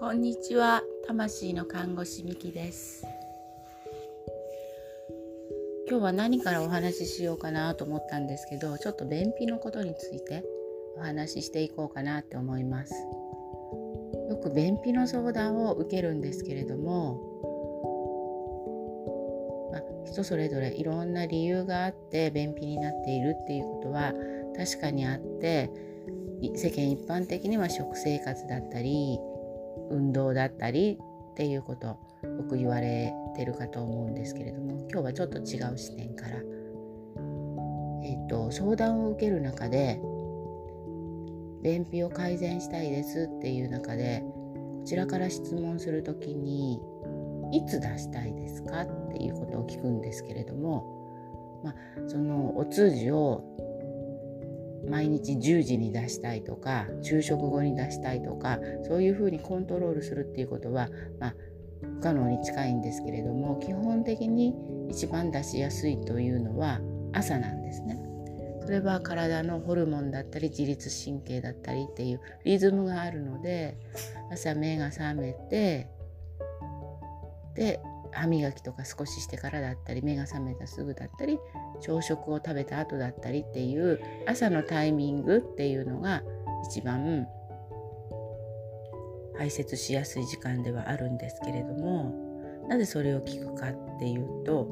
こんにちは。魂の看護師みきです。今日は何からお話ししようかなと思ったんですけど、ちょっと便秘のことについてお話ししていこうかなって思います。よく便秘の相談を受けるんですけれども、人それぞれいろんな理由があって便秘になっているっていうことは確かにあって、世間一般的には食生活だったり運動だったりっていうことよく言われてるかと思うんですけれども、今日はちょっと違う視点から、相談を受ける中で便秘を改善したいですっていう中で、こちらから質問するときにいつ出したいですかっていうことを聞くんですけれども、そのお通じを毎日10時に出したいとか昼食後に出したいとか、そういうふうにコントロールするっていうことは、不可能に近いんですけれども、基本的に一番出しやすいというのは朝なんですね。それは体のホルモンだったり自律神経だったりっていうリズムがあるので、朝目が覚めて、で歯磨きとか少ししてからだったり、目が覚めたすぐだったり、朝食を食べた後だったりっていう朝のタイミングっていうのが一番排泄しやすい時間ではあるんですけれども、なぜそれを聞くかっていうと、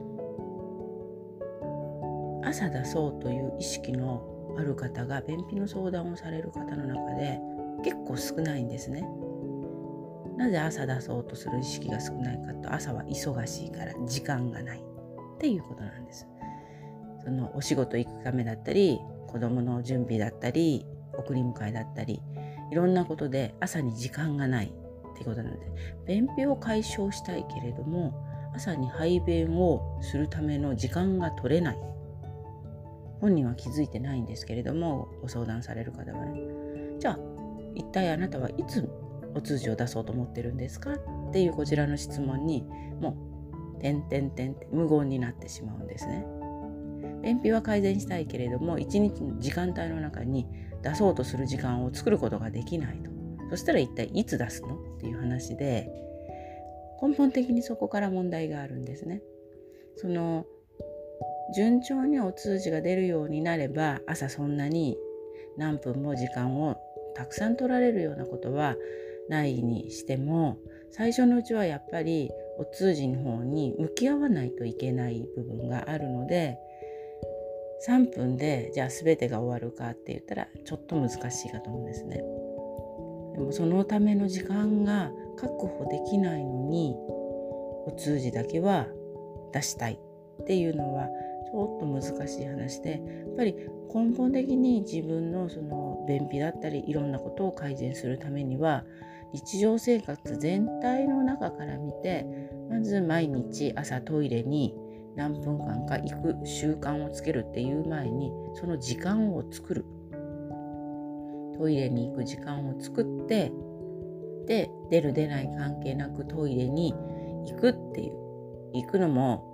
朝出そうという意識のある方が便秘の相談をされる方の中で結構少ないんですね。なぜ朝出そうとする意識が少ないかと、朝は忙しいから時間がないっていうことなんです。そのお仕事行くためだったり、子供の準備だったり、送り迎えだったり、いろんなことで朝に時間がないっていうことなので、便秘を解消したいけれども朝に排便をするための時間が取れない、本人は気づいてないんですけれども、ご相談される方はね、じゃあ一体あなたはいつお通じを出そうと思ってるんですかっていうこちらの質問にもう点々点って無言になってしまうんですね。便秘は改善したいけれども、一日の時間帯の中に出そうとする時間を作ることができないと。そしたら一体いつ出すのっていう話で、根本的にそこから問題があるんですね。その順調にお通じが出るようになれば、朝そんなに何分も時間をたくさん取られるようなことはないにしても、最初のうちはやっぱりお通じの方に向き合わないといけない部分があるので、3分でじゃあ全てが終わるかって言ったらちょっと難しいかと思うんですね。でもそのための時間が確保できないのにお通じだけは出したいっていうのはちょっと難しい話で、やっぱり根本的に自分のその便秘だったりいろんなことを改善するためには、日常生活全体の中から見て、まず毎日朝トイレに何分間か行く習慣をつけるっていう前に、その時間を作る、トイレに行く時間を作って、で出る出ない関係なくトイレに行くっていう、行くのも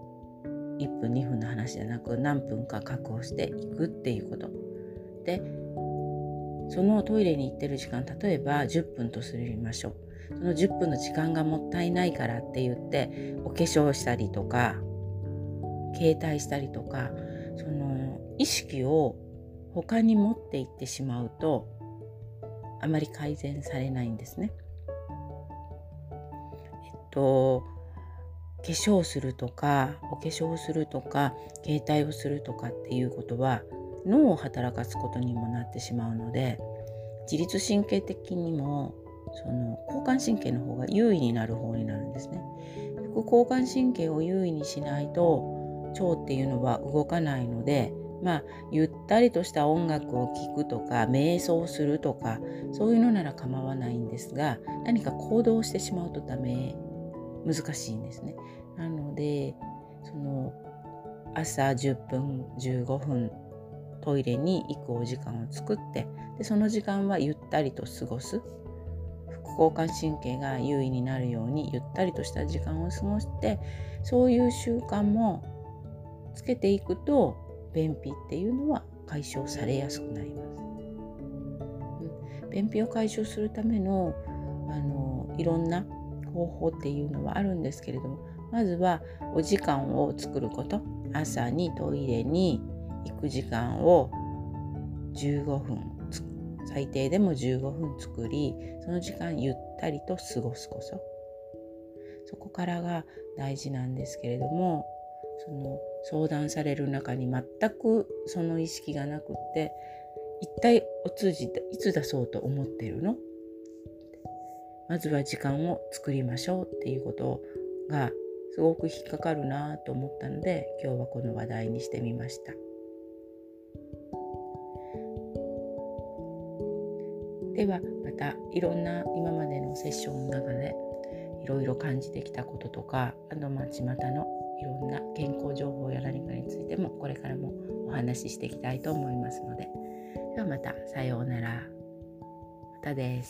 1分2分の話じゃなく何分か確保していくっていうことで、そのトイレに行ってる時間、例えば10分とすりましょう。その10分の時間がもったいないからって言ってお化粧したりとか携帯したりとか、その意識を他に持っていってしまうとあまり改善されないんですね。化粧するとかお化粧するとか携帯をするとかっていうことは脳を働かすことにもなってしまうので、自律神経的にもその交感神経の方が優位になる方になるんですね。副交感神経を優位にしないと腸っていうのは動かないので、ゆったりとした音楽を聴くとか瞑想するとかそういうのなら構わないんですが、何か行動してしまうと難しいんですね。なのでその朝10分15分トイレに行くお時間を作って、でその時間はゆったりと過ごす、副交感神経が優位になるようにゆったりとした時間を過ごして、そういう習慣もつけていくと便秘っていうのは解消されやすくなります。便秘を解消するためのいろんな方法っていうのはあるんですけれども、まずはお時間を作ること。朝にトイレに行く時間を15分、最低でも15分作り、その時間ゆったりと過ごすこと、そこからが大事なんですけれども、その相談される中に全くその意識がなくって、一体お通じいつ出そうと思ってるの？まずは時間を作りましょうっていうことがすごく引っかかるなと思ったので、今日はこの話題にしてみました。ではまたいろんな今までのセッションの中でいろいろ感じてきたこととか、巷のいろんな健康情報や何かについてもこれからもお話ししていきたいと思いますので、ではまたさようなら。またです。